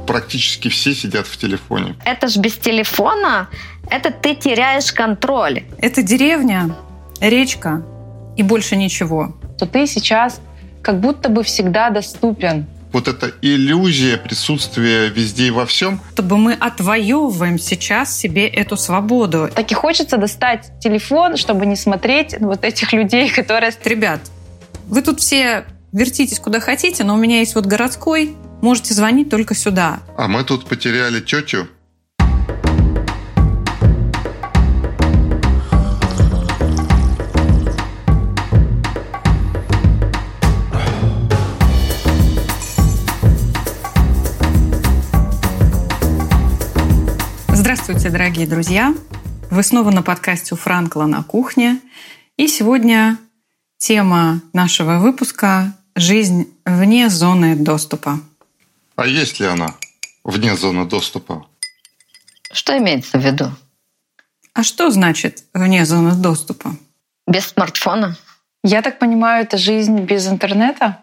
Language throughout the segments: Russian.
практически все сидят в телефоне. Это ж без телефона, это ты теряешь контроль. Это деревня, речка и больше ничего. То ты сейчас как будто бы всегда доступен. Вот эта иллюзия присутствия везде и во всем. Чтобы мы отвоевываем сейчас себе эту свободу. Так и хочется достать телефон, чтобы не смотреть на вот этих людей, которые... Ребят, вы тут все вертитесь куда хотите, но у меня есть вот городской, можете звонить только сюда. А мы тут потеряли тетю. Здравствуйте, дорогие друзья! Вы снова на подкасте у Франкла на кухне. И сегодня тема нашего выпуска – «Жизнь вне зоны доступа». А есть ли она вне зоны доступа? Что имеется в виду? А что значит вне зоны доступа? Без смартфона? Я так понимаю, это жизнь без интернета?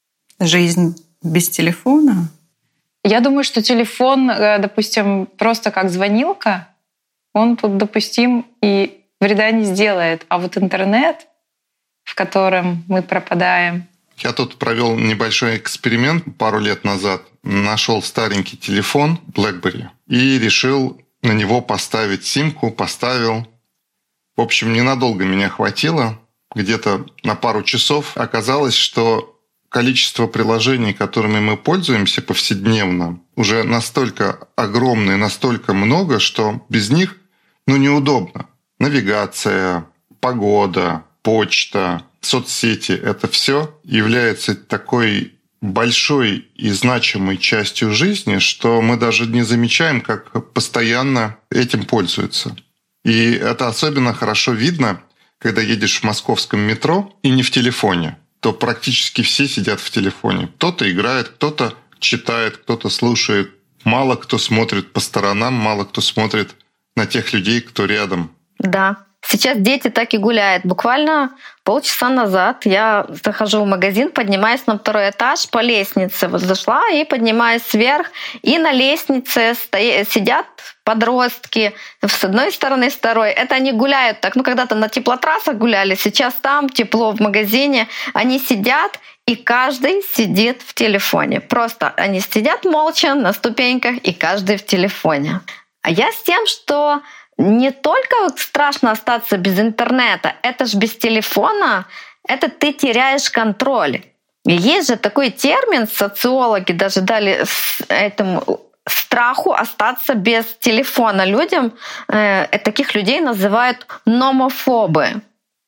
Жизнь без телефона? Я думаю, что телефон, допустим, просто как звонилка, он тут допустим и вреда не сделает. А вот интернет, в котором мы пропадаем... Я тут провел небольшой эксперимент пару лет назад. Нашел старенький телефон BlackBerry и решил на него поставить симку, поставил. В общем, ненадолго меня хватило, где-то на пару часов. Оказалось, что количество приложений, которыми мы пользуемся повседневно, уже настолько огромное, настолько много, что без них неудобно. Навигация, погода, почта, соцсети – это все является такой большой и значимой частью жизни, что мы даже не замечаем, как постоянно этим пользуются. И это особенно хорошо видно, когда едешь в московском метро и не в телефоне, то практически все сидят в телефоне. Кто-то играет, кто-то читает, кто-то слушает. Мало кто смотрит по сторонам, мало кто смотрит на тех людей, кто рядом. Да. Сейчас дети так и гуляют. Буквально полчаса назад я захожу в магазин, поднимаюсь на второй этаж по лестнице. Вот зашла и поднимаюсь вверх. И на лестнице сидят подростки с одной стороны, с второй. Это они гуляют так. Когда-то на теплотрассах гуляли, сейчас там тепло в магазине. Они сидят, и каждый сидит в телефоне. Просто они сидят молча на ступеньках, и каждый в телефоне. А я с тем, что не только страшно остаться без интернета, это ж без телефона, это ты теряешь контроль. И есть же такой термин, социологи даже дали этому страху остаться без телефона людям. Таких людей называют номофобы.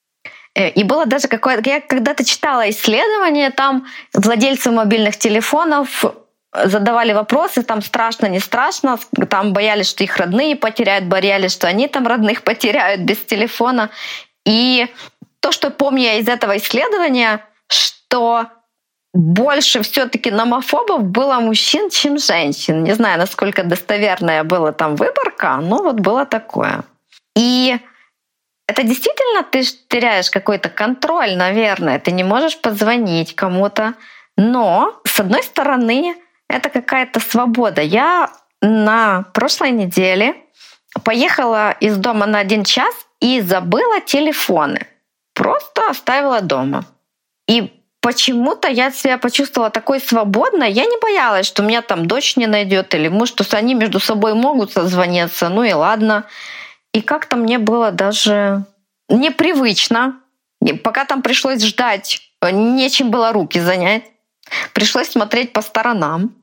И было даже какое-то... Я когда-то читала исследование, там владельцы мобильных телефонов задавали вопросы, там страшно, не страшно, там боялись, что их родные потеряют, боялись, что они там родных потеряют без телефона. И то, что помню я из этого исследования, что больше все-таки номофобов было мужчин, чем женщин. Не знаю, насколько достоверная была там выборка, но вот было такое. И это действительно ты теряешь какой-то контроль, наверное. Ты не можешь позвонить кому-то. Но, с одной стороны, это какая-то свобода. Я на прошлой неделе поехала из дома на 1 час и забыла телефоны. Просто оставила дома. И почему-то я себя почувствовала такой свободной. Я не боялась, что меня там дочь не найдет или муж, что они между собой могут созвониться. Ну и ладно. И как-то мне было даже непривычно. Пока там пришлось ждать, нечем было руки занять. Пришлось смотреть по сторонам.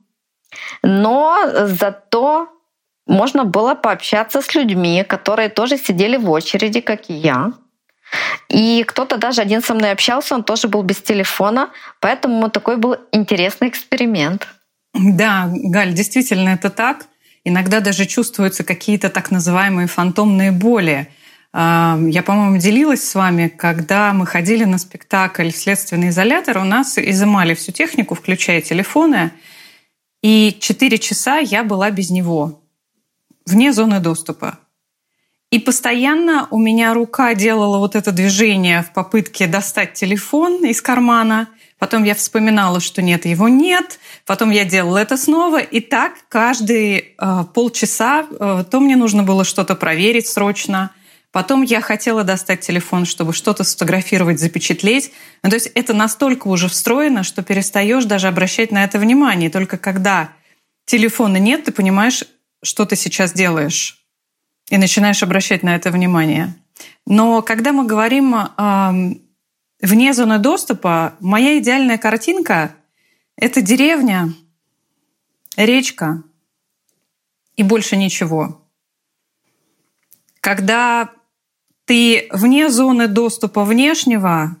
Но зато можно было пообщаться с людьми, которые тоже сидели в очереди, как и я. И кто-то даже один со мной общался, он тоже был без телефона. Поэтому такой был интересный эксперимент. Да, Галь, действительно это так. Иногда даже чувствуются какие-то так называемые фантомные боли. Я, по-моему, делилась с вами, когда мы ходили на спектакль «Следственный изолятор», у нас изымали всю технику, включая телефоны, и 4 часа я была без него, вне зоны доступа. И постоянно у меня рука делала вот это движение в попытке достать телефон из кармана, потом я вспоминала, что нет, его нет, потом я делала это снова, и так каждые полчаса то мне нужно было что-то проверить срочно, потом я хотела достать телефон, чтобы что-то сфотографировать, запечатлеть. То есть это настолько уже встроено, что перестаешь даже обращать на это внимание. Только когда телефона нет, ты понимаешь, что ты сейчас делаешь, и начинаешь обращать на это внимание. Но когда мы говорим вне зоны доступа, моя идеальная картинка — это деревня, речка и больше ничего. Когда ты вне зоны доступа внешнего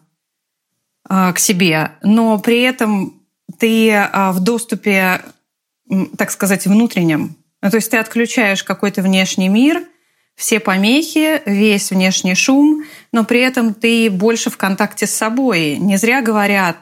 к себе, но при этом ты в доступе, так сказать, внутреннем. То есть ты отключаешь какой-то внешний мир, все помехи, весь внешний шум, но при этом ты больше в контакте с собой. Не зря говорят,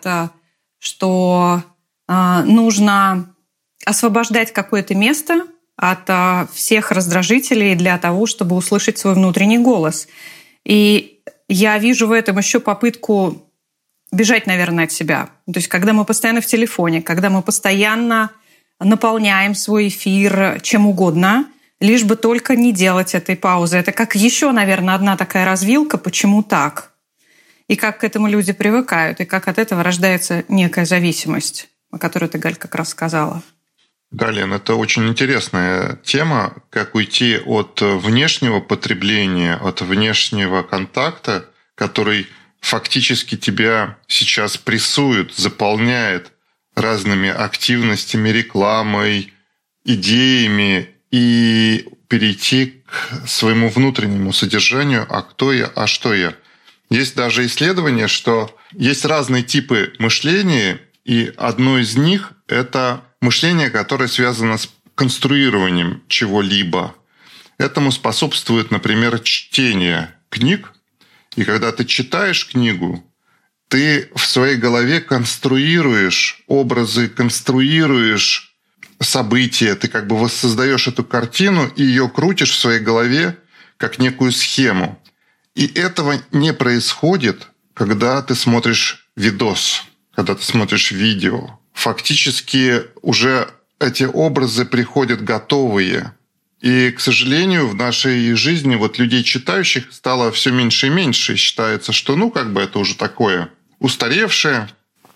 что нужно освобождать какое-то место от всех раздражителей для того, чтобы услышать свой внутренний голос. И я вижу в этом еще попытку бежать, наверное, от себя. То есть когда мы постоянно в телефоне, когда мы постоянно наполняем свой эфир чем угодно, лишь бы только не делать этой паузы. Это как еще, наверное, одна такая развилка, почему так. И как к этому люди привыкают, и как от этого рождается некая зависимость, о которой ты, Галь, как раз сказала. Да, Лен, это очень интересная тема, как уйти от внешнего потребления, от внешнего контакта, который фактически тебя сейчас прессует, заполняет разными активностями, рекламой, идеями, и перейти к своему внутреннему содержанию, а кто я, а что я. Есть даже исследование, что есть разные типы мышления, и одно из них – это мышление, которое связано с конструированием чего-либо. Этому способствует, например, чтение книг. И когда ты читаешь книгу, ты в своей голове конструируешь образы, конструируешь события, ты как бы воссоздаешь эту картину и ее крутишь в своей голове как некую схему. И этого не происходит, когда ты смотришь видос, когда ты смотришь видео. Фактически уже эти образы приходят готовые. И, к сожалению, в нашей жизни вот людей читающих стало все меньше и меньше. И считается, что это уже такое устаревшее.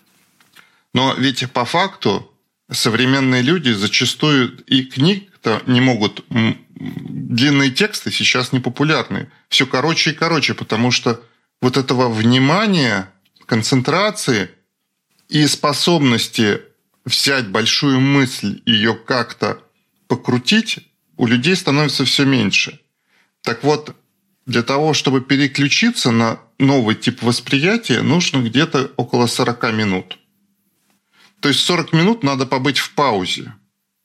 Но ведь по факту современные люди зачастую и книг-то не могут... Длинные тексты сейчас не популярны. Все короче и короче, потому что вот этого внимания, концентрации и способности взять большую мысль и ее как-то покрутить у людей становится все меньше. Так вот, для того, чтобы переключиться на новый тип восприятия, нужно где-то около 40 минут. То есть 40 минут надо побыть в паузе.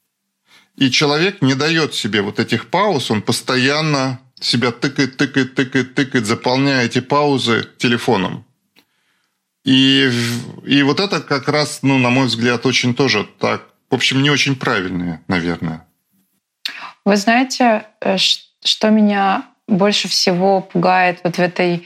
И человек не дает себе вот этих пауз, он постоянно себя тыкает, заполняя эти паузы телефоном. И вот это как раз, на мой взгляд, очень тоже так, в общем, не очень правильное, наверное. Вы знаете, что меня больше всего пугает вот в этой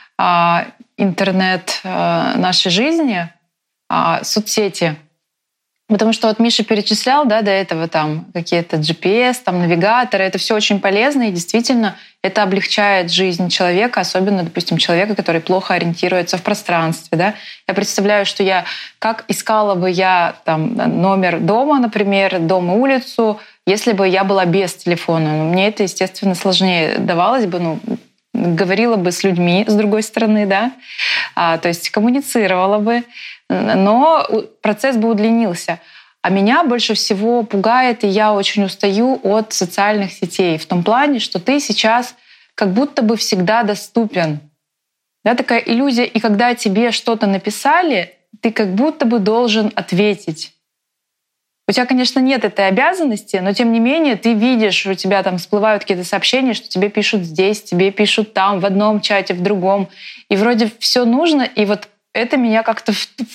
интернет нашей жизни, соцсети? Потому что вот Миша перечислял, до этого там какие-то GPS, там навигаторы, это все очень полезно, и действительно это облегчает жизнь человека, особенно, допустим, человека, который плохо ориентируется в пространстве, да. Я представляю, что как искала бы я там номер дома, например, дом и улицу, если бы я была без телефона. Мне это, естественно, сложнее давалось бы, говорила бы с людьми, с другой стороны, да, то есть коммуницировала бы, но процесс бы удлинился. А меня больше всего пугает, и я очень устаю от социальных сетей в том плане, что ты сейчас как будто бы всегда доступен. Да, такая иллюзия. И когда тебе что-то написали, ты как будто бы должен ответить. У тебя, конечно, нет этой обязанности, но тем не менее ты видишь, у тебя там всплывают какие-то сообщения, что тебе пишут здесь, тебе пишут там, в одном чате, в другом. И вроде все нужно, и вот это меня как-то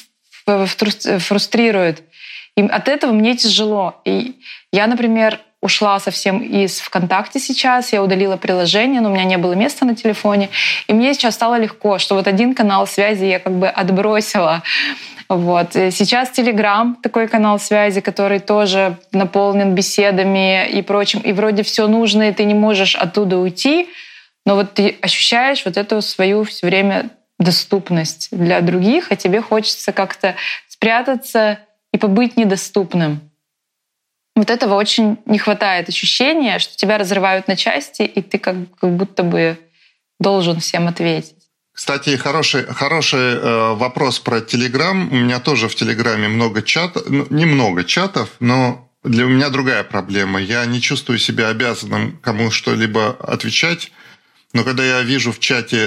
фрустрирует. И от этого мне тяжело. И я, например, ушла совсем из ВКонтакте сейчас, я удалила приложение, но у меня не было места на телефоне. И мне сейчас стало легко, что вот один канал связи я как бы отбросила. Вот. Сейчас Telegram, такой канал связи, который тоже наполнен беседами и прочим. И вроде все нужно, и ты не можешь оттуда уйти, но вот ты ощущаешь вот эту свою все время доступность для других, а тебе хочется как-то спрятаться и побыть недоступным. Вот этого очень не хватает, ощущения, что тебя разрывают на части, и ты как будто бы должен всем ответить. Кстати, хороший вопрос про Телеграм. У меня тоже в Телеграме много чатов, немного чатов, но у меня другая проблема. Я не чувствую себя обязанным кому что-либо отвечать, но когда я вижу в чате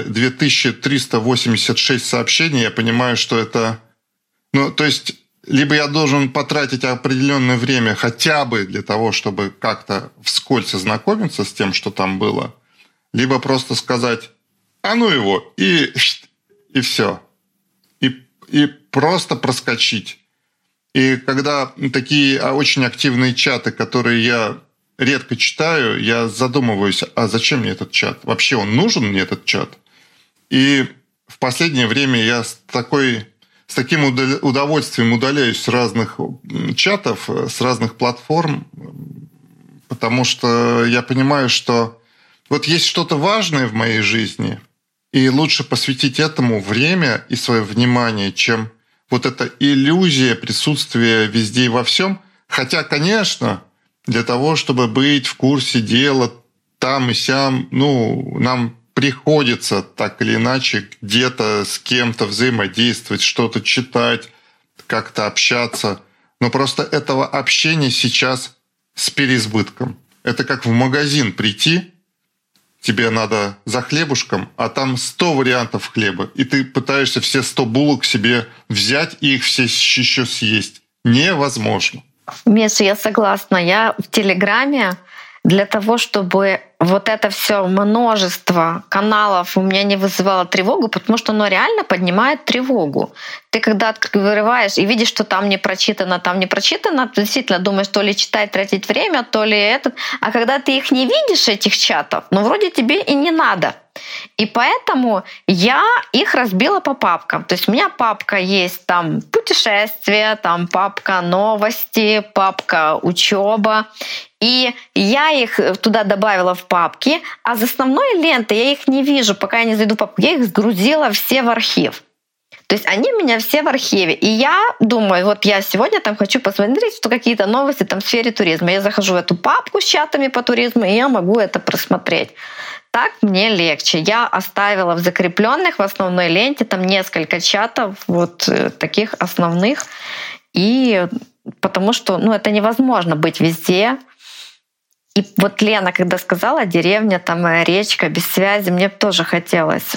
2386 сообщений, я понимаю, что это... то есть, либо я должен потратить определенное время хотя бы для того, чтобы как-то вскользь ознакомиться с тем, что там было, либо просто сказать: а ну его, и все. И просто проскочить. И когда такие очень активные чаты, которые я редко читаю, я задумываюсь, а зачем мне этот чат? Вообще он нужен мне, этот чат? И в последнее время я с таким удовольствием удаляюсь с разных чатов, с разных платформ, потому что я понимаю, что вот есть что-то важное в моей жизни, и лучше посвятить этому время и свое внимание, чем вот эта иллюзия присутствия везде и во всем. Хотя, конечно, для того, чтобы быть в курсе дела там и сям, нам приходится так или иначе где-то с кем-то взаимодействовать, что-то читать, как-то общаться. Но просто этого общения сейчас с переизбытком. Это как в магазин прийти, тебе надо за хлебушком, а там 100 вариантов хлеба, и ты пытаешься все 100 булок себе взять и их все еще съесть. Невозможно. Миша, я согласна. Я в Телеграме для того, чтобы вот это все множество каналов у меня не вызывало тревогу, потому что оно реально поднимает тревогу. Ты когда открываешь и видишь, что там не прочитано, ты действительно думаешь, то ли читать, тратить время, то ли этот. А когда ты их не видишь, этих чатов, вроде тебе и не надо. И поэтому я их разбила по папкам. То есть у меня папка есть там путешествия, там папка новости, папка учеба. И я их туда добавила в папки, а с основной ленты я их не вижу, пока я не зайду в папку. Я их сгрузила все в архив. То есть они у меня все в архиве. И я думаю, вот я сегодня там хочу посмотреть, что какие-то новости там в сфере туризма. Я захожу в эту папку с чатами по туризму, и я могу это просмотреть. Так мне легче. Я оставила в закрепленных в основной ленте там несколько чатов, вот таких основных. И потому что это невозможно быть везде. И вот Лена, когда сказала деревня, там речка, без связи, мне тоже хотелось.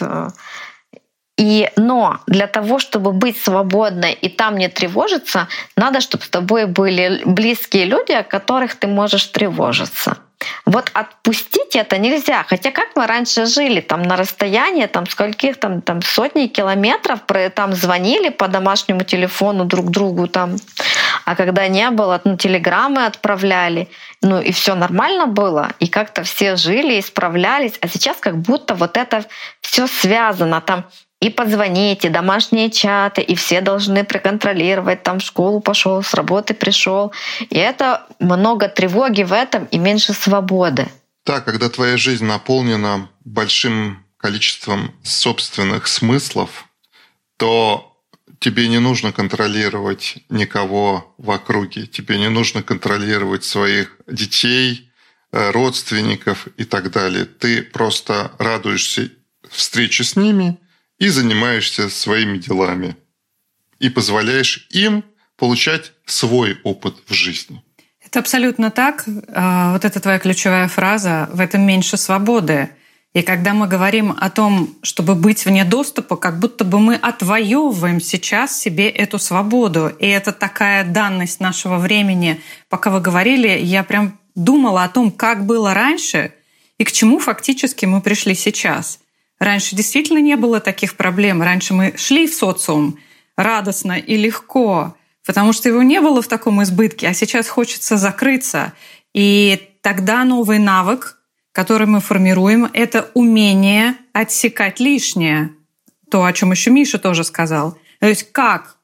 Но для того, чтобы быть свободной и там не тревожиться, надо, чтобы с тобой были близкие люди, о которых ты можешь тревожиться. Вот отпустить это нельзя. Хотя как мы раньше жили, там на расстоянии скольких там сотни километров, там звонили по домашнему телефону друг другу, а когда не было, телеграммы отправляли, и все нормально было, и как-то все жили и справлялись. А сейчас как будто вот это все связано, там и позвонить, и домашние чаты, и все должны проконтролировать, в школу пошел, с работы пришел. И это много тревоги в этом и меньше свободы. Да, когда твоя жизнь наполнена большим количеством собственных смыслов, то тебе не нужно контролировать никого в округе, тебе не нужно контролировать своих детей, родственников и так далее. Ты просто радуешься встрече с ними и занимаешься своими делами. И позволяешь им получать свой опыт в жизни. Это абсолютно так. Вот это твоя ключевая фраза. В этом меньше свободы. И когда мы говорим о том, чтобы быть вне доступа, как будто бы мы отвоевываем сейчас себе эту свободу. И это такая данность нашего времени. Пока вы говорили, я прям думала о том, как было раньше и к чему фактически мы пришли сейчас. Раньше действительно не было таких проблем. Раньше мы шли в социум радостно и легко, потому что его не было в таком избытке, а сейчас хочется закрыться. И тогда новый навык, который мы формируем, это умение отсекать лишнее. То, о чем еще Миша тоже сказал. То есть как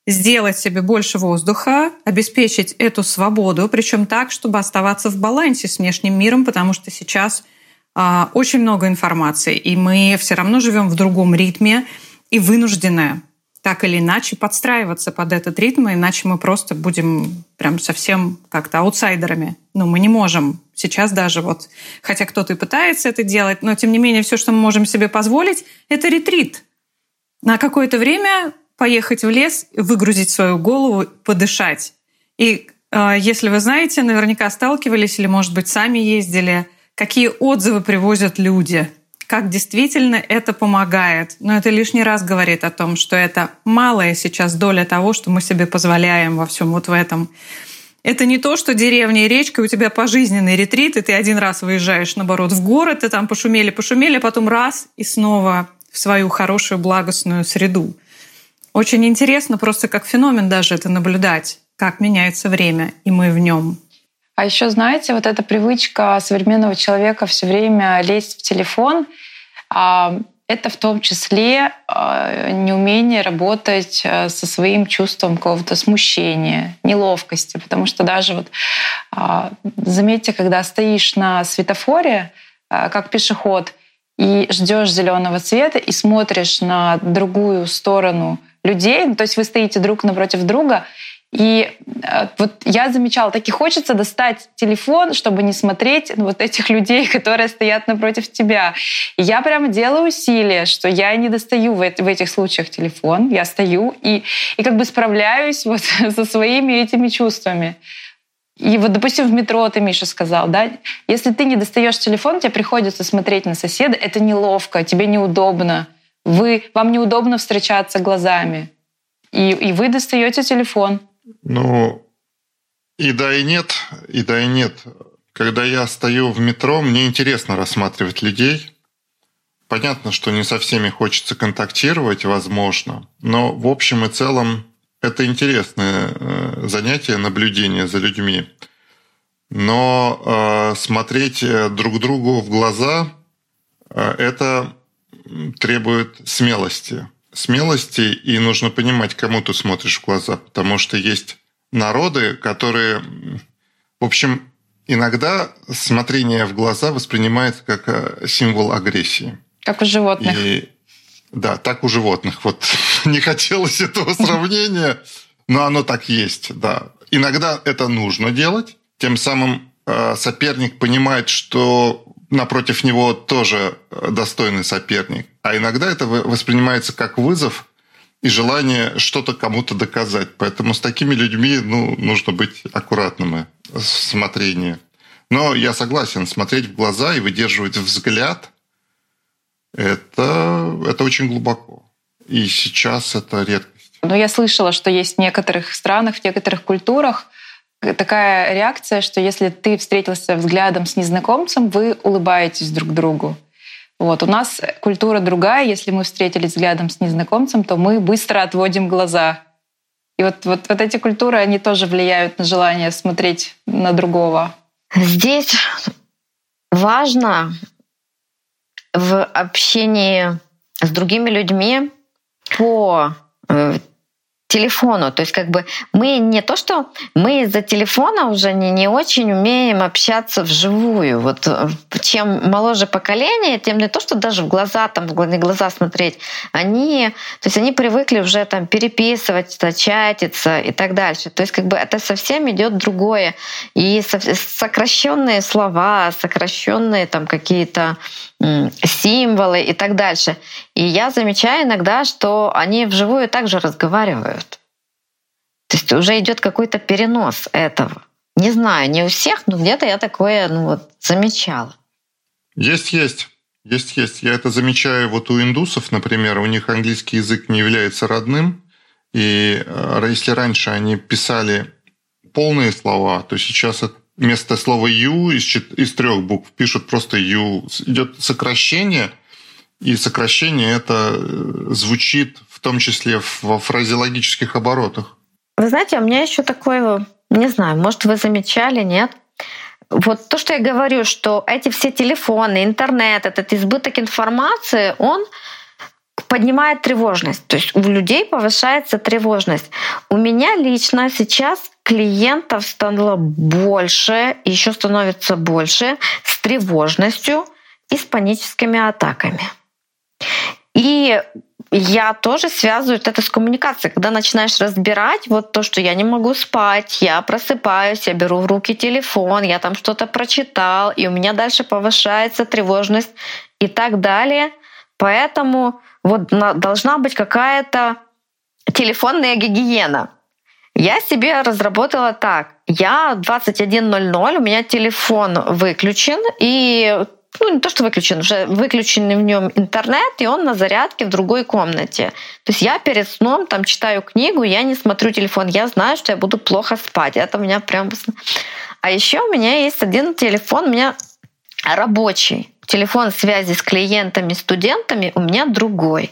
сделать себе больше воздуха, обеспечить эту свободу, причем так, чтобы оставаться в балансе с внешним миром, потому что сейчас очень много информации, и мы все равно живем в другом ритме и вынуждены так или иначе подстраиваться под этот ритм, иначе мы просто будем прям совсем как-то аутсайдерами. Мы не можем сейчас даже хотя кто-то и пытается это делать, но тем не менее все, что мы можем себе позволить, это ретрит. На какое-то время поехать в лес, выгрузить свою голову, подышать. И если вы знаете, наверняка сталкивались или, может быть, сами ездили, какие отзывы привозят люди, как действительно это помогает. Но это лишний раз говорит о том, что это малая сейчас доля того, что мы себе позволяем во всем в этом. Это не то, что деревня и речка, у тебя пожизненный ретрит, и ты один раз выезжаешь, наоборот, в город, ты там пошумели, а потом раз и снова в свою хорошую, благостную среду. Очень интересно просто как феномен даже это наблюдать, как меняется время, и мы в нем. А еще, знаете, эта привычка современного человека все время лезть в телефон, это в том числе неумение работать со своим чувством какого-то смущения, неловкости. Потому что даже заметьте, когда стоишь на светофоре, как пешеход, и ждешь зеленого цвета, и смотришь на другую сторону людей, то есть вы стоите друг напротив друга, и я замечала, так и хочется достать телефон, чтобы не смотреть на этих людей, которые стоят напротив тебя. И я прямо делаю усилия, что я не достаю в этих случаях телефон, я стою и как бы справляюсь со своими этими чувствами. И допустим, в метро ты, Миша, сказал, да, если ты не достаешь телефон, тебе приходится смотреть на соседа, это неловко, тебе неудобно, вам неудобно встречаться глазами, и вы достаете телефон. И да, и нет. Когда я стою в метро, мне интересно рассматривать людей. Понятно, что не со всеми хочется контактировать, возможно, но в общем и целом это интересное занятие, наблюдение за людьми. Но смотреть друг другу в глаза это требует смелости. И нужно понимать, кому ты смотришь в глаза, потому что есть народы, которые, в общем, иногда смотрение в глаза воспринимается как символ агрессии. Как у животных. Да, так у животных. Не хотелось этого сравнения, но оно так есть, да. Иногда это нужно делать, тем самым соперник понимает, что напротив него тоже достойный соперник. А иногда это воспринимается как вызов и желание что-то кому-то доказать. Поэтому с такими людьми нужно быть аккуратным в смотрении. Но я согласен, смотреть в глаза и выдерживать взгляд – это очень глубоко. И сейчас это редкость. Я слышала, что есть в некоторых странах, в некоторых культурах такая реакция, что если ты встретился взглядом с незнакомцем, вы улыбаетесь друг другу. У нас культура другая. Если мы встретились взглядом с незнакомцем, то мы быстро отводим глаза. И эти культуры, они тоже влияют на желание смотреть на другого. Здесь важно в общении с другими людьми по телефону. То есть мы не то, что мы из-за телефона уже не очень умеем общаться вживую. Чем моложе поколение, тем не то, что даже в глаза смотреть, они привыкли уже переписывать, чатиться и так дальше. То есть это совсем идет другое. И сокращенные слова, сокращенные какие-то символы и так дальше. И я замечаю иногда, что они вживую также разговаривают. То есть уже идет какой-то перенос этого. Не знаю, не у всех, но где-то я такое замечала. Есть. Я это замечаю у индусов, например. У них английский язык не является родным. И если раньше они писали полные слова, то сейчас вместо слова «ю» из 3 букв пишут просто «ю». Идет сокращение, и сокращение это звучит в том числе во фразеологических оборотах. Вы знаете, у меня еще такое, не знаю, может, вы замечали, нет? То, что я говорю, что эти все телефоны, интернет, этот избыток информации, он поднимает тревожность. То есть у людей повышается тревожность. У меня лично сейчас клиентов стало больше, еще становится больше с тревожностью и с паническими атаками. И я тоже связываю это с коммуникацией. Когда начинаешь разбирать вот то, что я не могу спать, я просыпаюсь, я беру в руки телефон, я там что-то прочитал, и у меня дальше повышается тревожность и так далее. Поэтому вот должна быть какая-то телефонная гигиена. Я себе разработала так. Я 21:00, у меня телефон выключен, и не то, что выключен, уже выключенный в нем интернет, и он на зарядке в другой комнате. То есть я перед сном там читаю книгу, я не смотрю телефон, я знаю, что я буду плохо спать. Это у меня прям... А еще у меня есть один телефон, у меня рабочий. Телефон связи с клиентами, студентами у меня другой.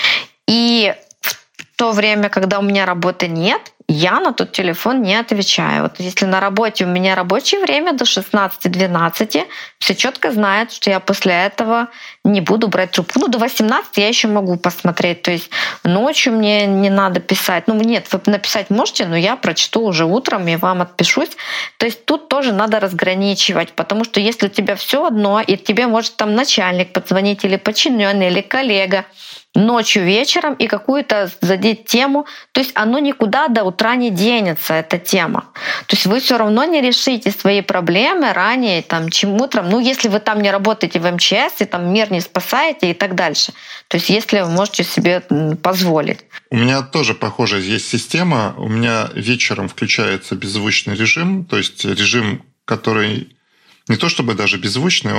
И в то время, когда у меня работы нет, я на тот телефон не отвечаю. Вот если на работе у меня рабочее время до 16-12, все четко знают, что я после этого не буду брать трубку. До 18 я еще могу посмотреть. То есть ночью мне не надо писать. Нет, вы написать можете, но я прочту уже утром и вам отпишусь. То есть тут тоже надо разграничивать, потому что если у тебя все одно, и тебе может там начальник позвонить, или подчиненный, или коллега, ночью, вечером, и какую-то задеть тему. То есть оно никуда до утра не денется, эта тема. То есть вы все равно не решите свои проблемы ранее, чем утром. Если вы там не работаете в МЧС, и там мир не спасаете и так дальше. То есть если вы можете себе позволить. У меня тоже похожая есть система. У меня вечером включается беззвучный режим, то есть режим, который... Не то чтобы даже беззвучный,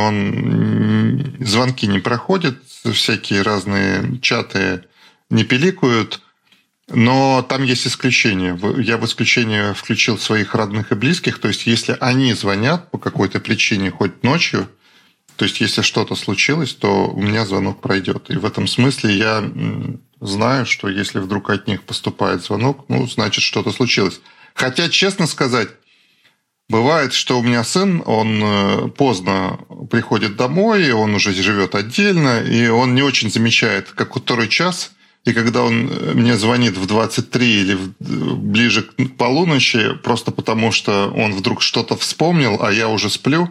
звонки не проходят, всякие разные чаты не пиликают, но там есть исключения. Я в исключение включил своих родных и близких, то есть если они звонят по какой-то причине хоть ночью, то есть если что-то случилось, то у меня звонок пройдет. И в этом смысле я знаю, что если вдруг от них поступает звонок, значит, что-то случилось. Хотя, честно сказать, бывает, что у меня сын, он поздно приходит домой, он уже живет отдельно, и он не очень замечает, который час. И когда он мне звонит в 23 или ближе к полуночи, просто потому что он вдруг что-то вспомнил, а я уже сплю,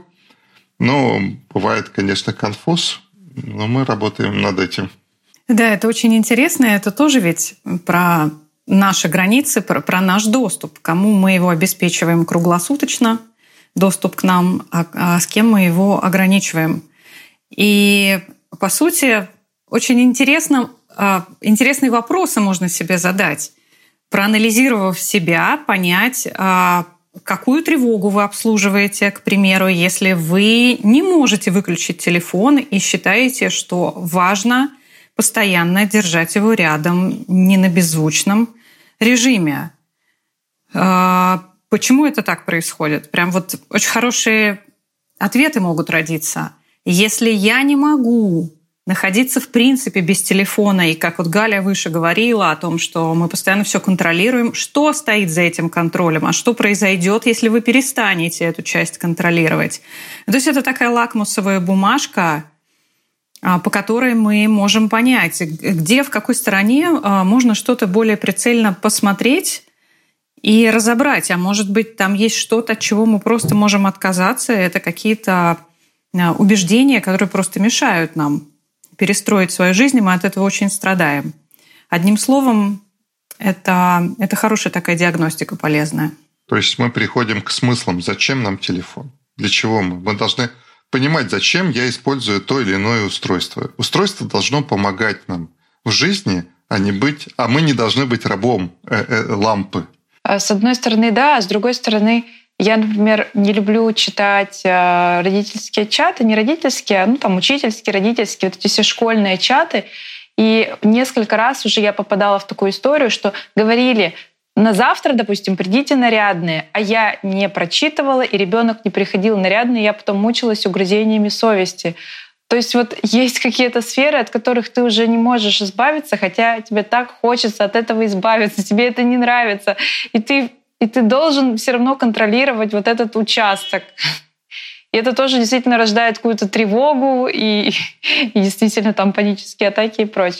бывает, конечно, конфуз, но мы работаем над этим. Да, это очень интересно. Это тоже ведь про наши границы, про наш доступ, кому мы его обеспечиваем круглосуточно, доступ к нам, а с кем мы его ограничиваем. И, по сути, очень интересные вопросы можно себе задать, проанализировав себя, понять, какую тревогу вы обслуживаете, к примеру, если вы не можете выключить телефон и считаете, что важно постоянно держать его рядом, не на беззвучном режиме. Почему это так происходит? Прям очень хорошие ответы могут родиться. Если я не могу находиться в принципе без телефона, и как Галя выше говорила о том, что мы постоянно все контролируем, что стоит за этим контролем, а что произойдет, если вы перестанете эту часть контролировать? То есть это такая лакмусовая бумажка, по которой мы можем понять, где, в какой стороне можно что-то более прицельно посмотреть и разобрать. А может быть, там есть что-то, от чего мы просто можем отказаться. Это какие-то убеждения, которые просто мешают нам перестроить свою жизнь, и мы от этого очень страдаем. Одним словом, это хорошая такая диагностика полезная. То есть мы приходим к смыслам. Зачем нам телефон? Для чего мы? Мы должны понимать, зачем я использую то или иное устройство. Устройство должно помогать нам в жизни, а мы не должны быть рабом лампы. С одной стороны, да, а с другой стороны, я, например, не люблю читать родительские чаты, не родительские, учительские, родительские, эти все школьные чаты. И несколько раз уже я попадала в такую историю, что говорили: на завтра, допустим, придите нарядные, а я не прочитывала, и ребенок не приходил нарядный, и я потом мучилась угрызениями совести. То есть есть какие-то сферы, от которых ты уже не можешь избавиться, хотя тебе так хочется от этого избавиться, тебе это не нравится, и ты должен все равно контролировать этот участок. И это тоже действительно рождает какую-то тревогу и действительно там панические атаки и прочее.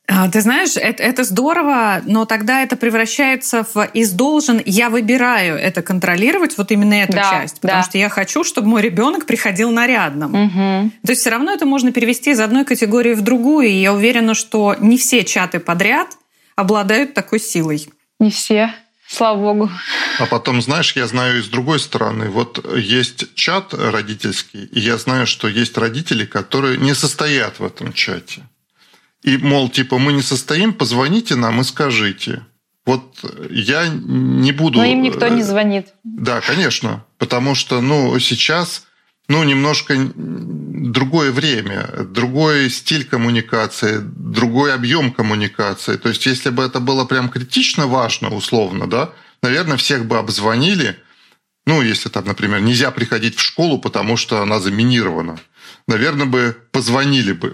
Ты знаешь, это здорово, но тогда это превращается из должен, я выбираю это контролировать, вот именно эту часть, потому что я хочу, чтобы мой ребенок приходил нарядным. Угу. То есть все равно это можно перевести из одной категории в другую, и я уверена, что не все чаты подряд обладают такой силой. Не все. Слава богу. А потом, знаешь, я знаю и с другой стороны. Вот есть чат родительский, и я знаю, что есть родители, которые не состоят в этом чате. И, мол, типа, мы не состоим, позвоните нам и скажите. Вот я не буду... Но им никто не звонит. Да, конечно. Потому что, сейчас, немножко другое время, другой стиль коммуникации, другой объем коммуникации. То есть, если бы это было прям критично важно, условно, да, наверное, всех бы обзвонили. Если там, например, нельзя приходить в школу, потому что она заминирована. Наверное, бы позвонили бы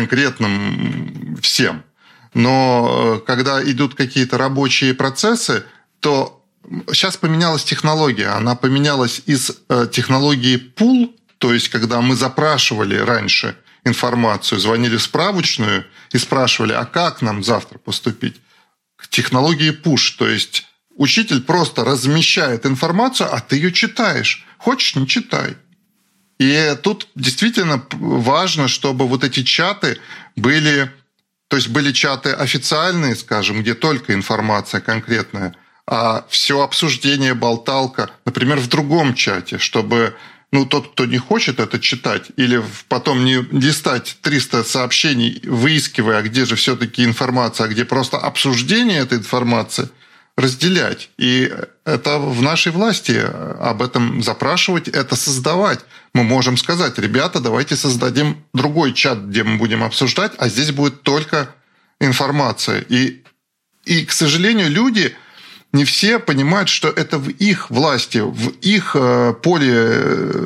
конкретным всем. Но когда идут какие-то рабочие процессы, то сейчас поменялась технология. Она поменялась из технологии пул, то есть когда мы запрашивали раньше информацию, звонили в справочную и спрашивали, а как нам завтра поступить, к технологии push, то есть учитель просто размещает информацию, а ты ее читаешь. Хочешь – не читай. И тут действительно важно, чтобы вот эти чаты были... То есть были чаты официальные, скажем, где только информация конкретная, а все обсуждение, болталка, например, в другом чате, чтобы тот, кто не хочет это читать, или потом не листать 300 сообщений, выискивая, где же все-таки информация, а где просто обсуждение этой информации, разделять. И это в нашей власти об этом запрашивать, это создавать. Мы можем сказать, ребята, давайте создадим другой чат, где мы будем обсуждать, а здесь будет только информация. И к сожалению, люди не все понимают, что это в их власти, в их поле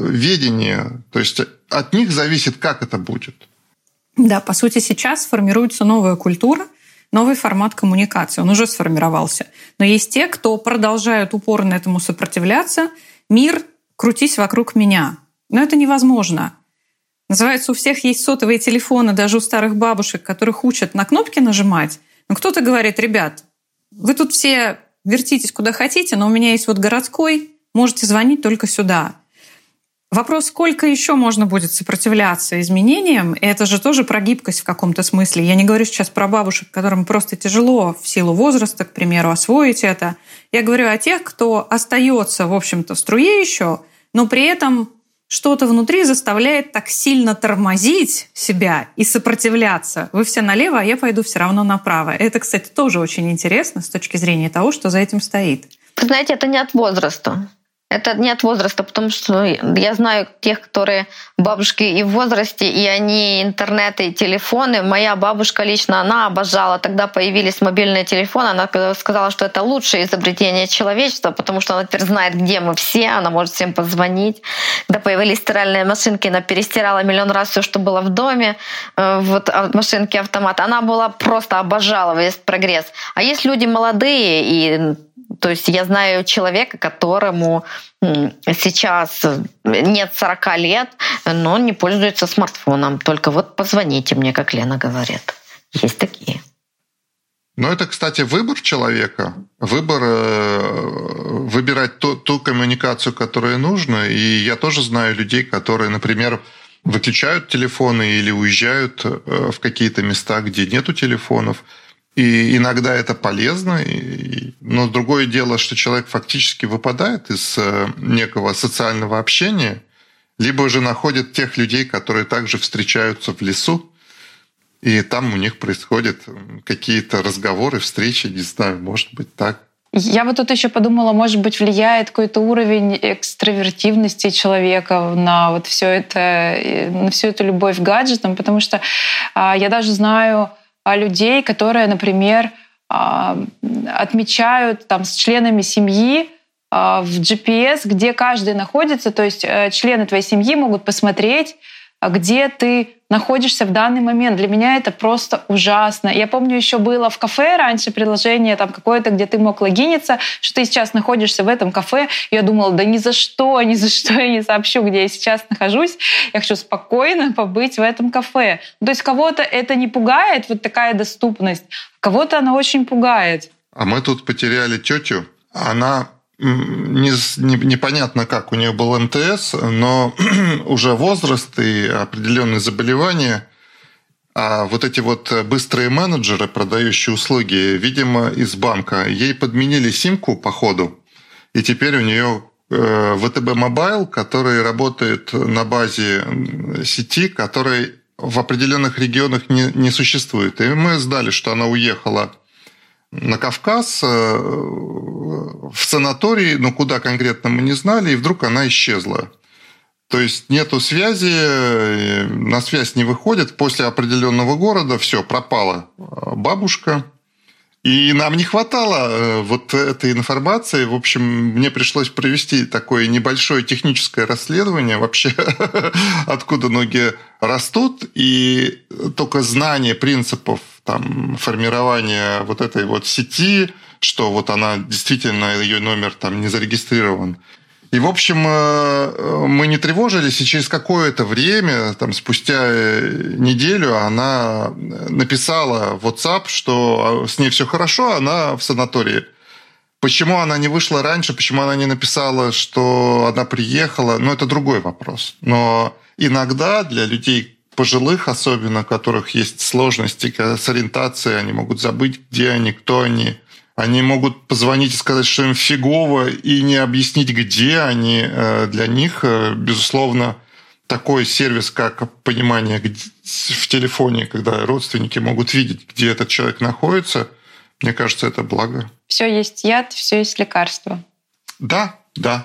ведения. То есть от них зависит, как это будет. Да, по сути, сейчас формируется новая культура, новый формат коммуникации, он уже сформировался. Но есть те, кто продолжают упорно этому сопротивляться. Мир, крутись вокруг меня. Но это невозможно. Называется, у всех есть сотовые телефоны, даже у старых бабушек, которых учат на кнопки нажимать. Но кто-то говорит, ребят, вы тут все вертитесь куда хотите, но у меня есть вот городской, можете звонить только сюда. Вопрос, сколько еще можно будет сопротивляться изменениям, и это же тоже про гибкость в каком-то смысле. Я не говорю сейчас про бабушек, которым просто тяжело в силу возраста, к примеру, освоить это. Я говорю о тех, кто остается, в общем-то, в струе еще, но при этом что-то внутри заставляет так сильно тормозить себя и сопротивляться. Вы все налево, а я пойду все равно направо. Это, кстати, тоже очень интересно с точки зрения того, что за этим стоит. Вы знаете, это не от возраста. Это не от возраста, потому что я знаю тех, которые бабушки и в возрасте, и они интернеты и телефоны. Моя бабушка лично, она обожала. Тогда появились мобильные телефоны. Она сказала, что это лучшее изобретение человечества, потому что она теперь знает, где мы все, она может всем позвонить. Когда появились стиральные машинки, она перестирала миллион раз все, что было в доме. Вот машинки, автоматы. Она была просто обожала весь прогресс. А есть люди молодые, и то есть я знаю человека, которому сейчас нет 40 лет, но он не пользуется смартфоном. Только вот позвоните мне, как Лена говорит. Есть такие. Но это, кстати, выбор человека. Выбор выбирать ту коммуникацию, которая нужна. И я тоже знаю людей, которые, например, выключают телефоны или уезжают в какие-то места, где нету телефонов. И иногда это полезно, но другое дело, что человек фактически выпадает из некого социального общения, либо же находит тех людей, которые также встречаются в лесу, и там у них происходят какие-то разговоры, встречи, не знаю, может быть так. Я вот тут еще подумала, может быть, влияет какой-то уровень экстравертивности человека на вот все это, на всю эту любовь к гаджетам, потому что я даже знаю людей, которые, например, отмечают там с членами семьи в GPS, где каждый находится, то есть члены твоей семьи могут посмотреть, где ты находишься в данный момент. Для меня это просто ужасно. Я помню, еще было в кафе раньше приложение там какое-то, где ты мог логиниться, что ты сейчас находишься в этом кафе. И я думала, да ни за что я не сообщу, где я сейчас нахожусь. Я хочу спокойно побыть в этом кафе. То есть кого-то это не пугает, вот такая доступность, кого-то она очень пугает. А мы тут потеряли тетю. Она непонятно как, у нее был МТС, но уже возраст и определенные заболевания. А вот эти вот быстрые менеджеры, продающие услуги, видимо, из банка, ей подменили симку по ходу. И теперь у нее ВТБ Мобайл, который работает на базе сети, которой в определенных регионах не существует. И мы знали, что она уехала на Кавказ, в санаторий, но куда конкретно мы не знали, и вдруг она исчезла. То есть нету связи, на связь не выходит. После определенного города все, пропала бабушка. И нам не хватало вот этой информации. В общем, мне пришлось провести такое небольшое техническое расследование вообще, откуда ноги растут. И только знание принципов там, формирования вот этой вот сети, что вот она действительно, ее номер там не зарегистрирован. И, в общем, мы не тревожились, и через какое-то время, там, спустя неделю, она написала в WhatsApp, что с ней все хорошо, она в санатории. Почему она не вышла раньше, почему она не написала, что она приехала, это другой вопрос. Но иногда для людей пожилых, особенно, у которых есть сложности с ориентацией, они могут забыть, где они, кто они. Они могут позвонить и сказать, что им фигово, и не объяснить, где они. Для них, безусловно, такой сервис, как понимание в телефоне, когда родственники могут видеть, где этот человек находится, мне кажется, это благо. Все есть яд, все есть лекарство. Да.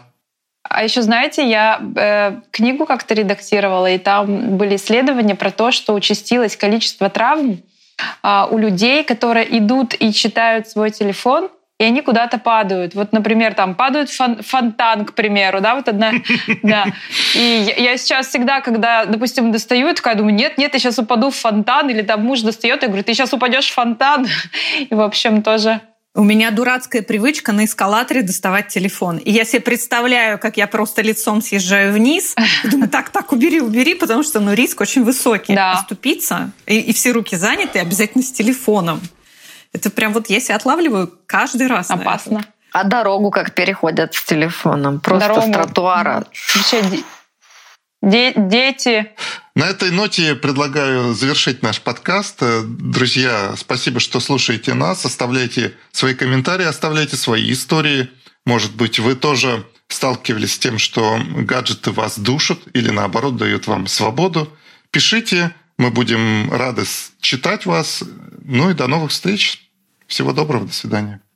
А еще, знаете, я книгу как-то редактировала, и там были исследования про то, что участилось количество травм у людей, которые идут и читают свой телефон, и они куда-то падают. Вот, например, там падают фонтан, к примеру, да, вот одна, да. И я сейчас всегда, когда, допустим, достаю, такая думаю, нет, я сейчас упаду в фонтан, или там муж достает, я говорю, ты сейчас упадешь в фонтан. И, в общем, тоже... У меня дурацкая привычка на эскалаторе доставать телефон. И я себе представляю, как я просто лицом съезжаю вниз. И думаю, так, убери, потому что риск очень высокий. Да. Оступиться, и все руки заняты, обязательно с телефоном. Это прям вот я себя отлавливаю каждый раз. Опасно. А дорогу как переходят с телефоном? Просто с тротуара. Вообще, дети... На этой ноте предлагаю завершить наш подкаст. Друзья, спасибо, что слушаете нас. Оставляйте свои комментарии, оставляйте свои истории. Может быть, вы тоже сталкивались с тем, что гаджеты вас душат или, наоборот, дают вам свободу. Пишите, мы будем рады читать вас. И до новых встреч. Всего доброго, до свидания.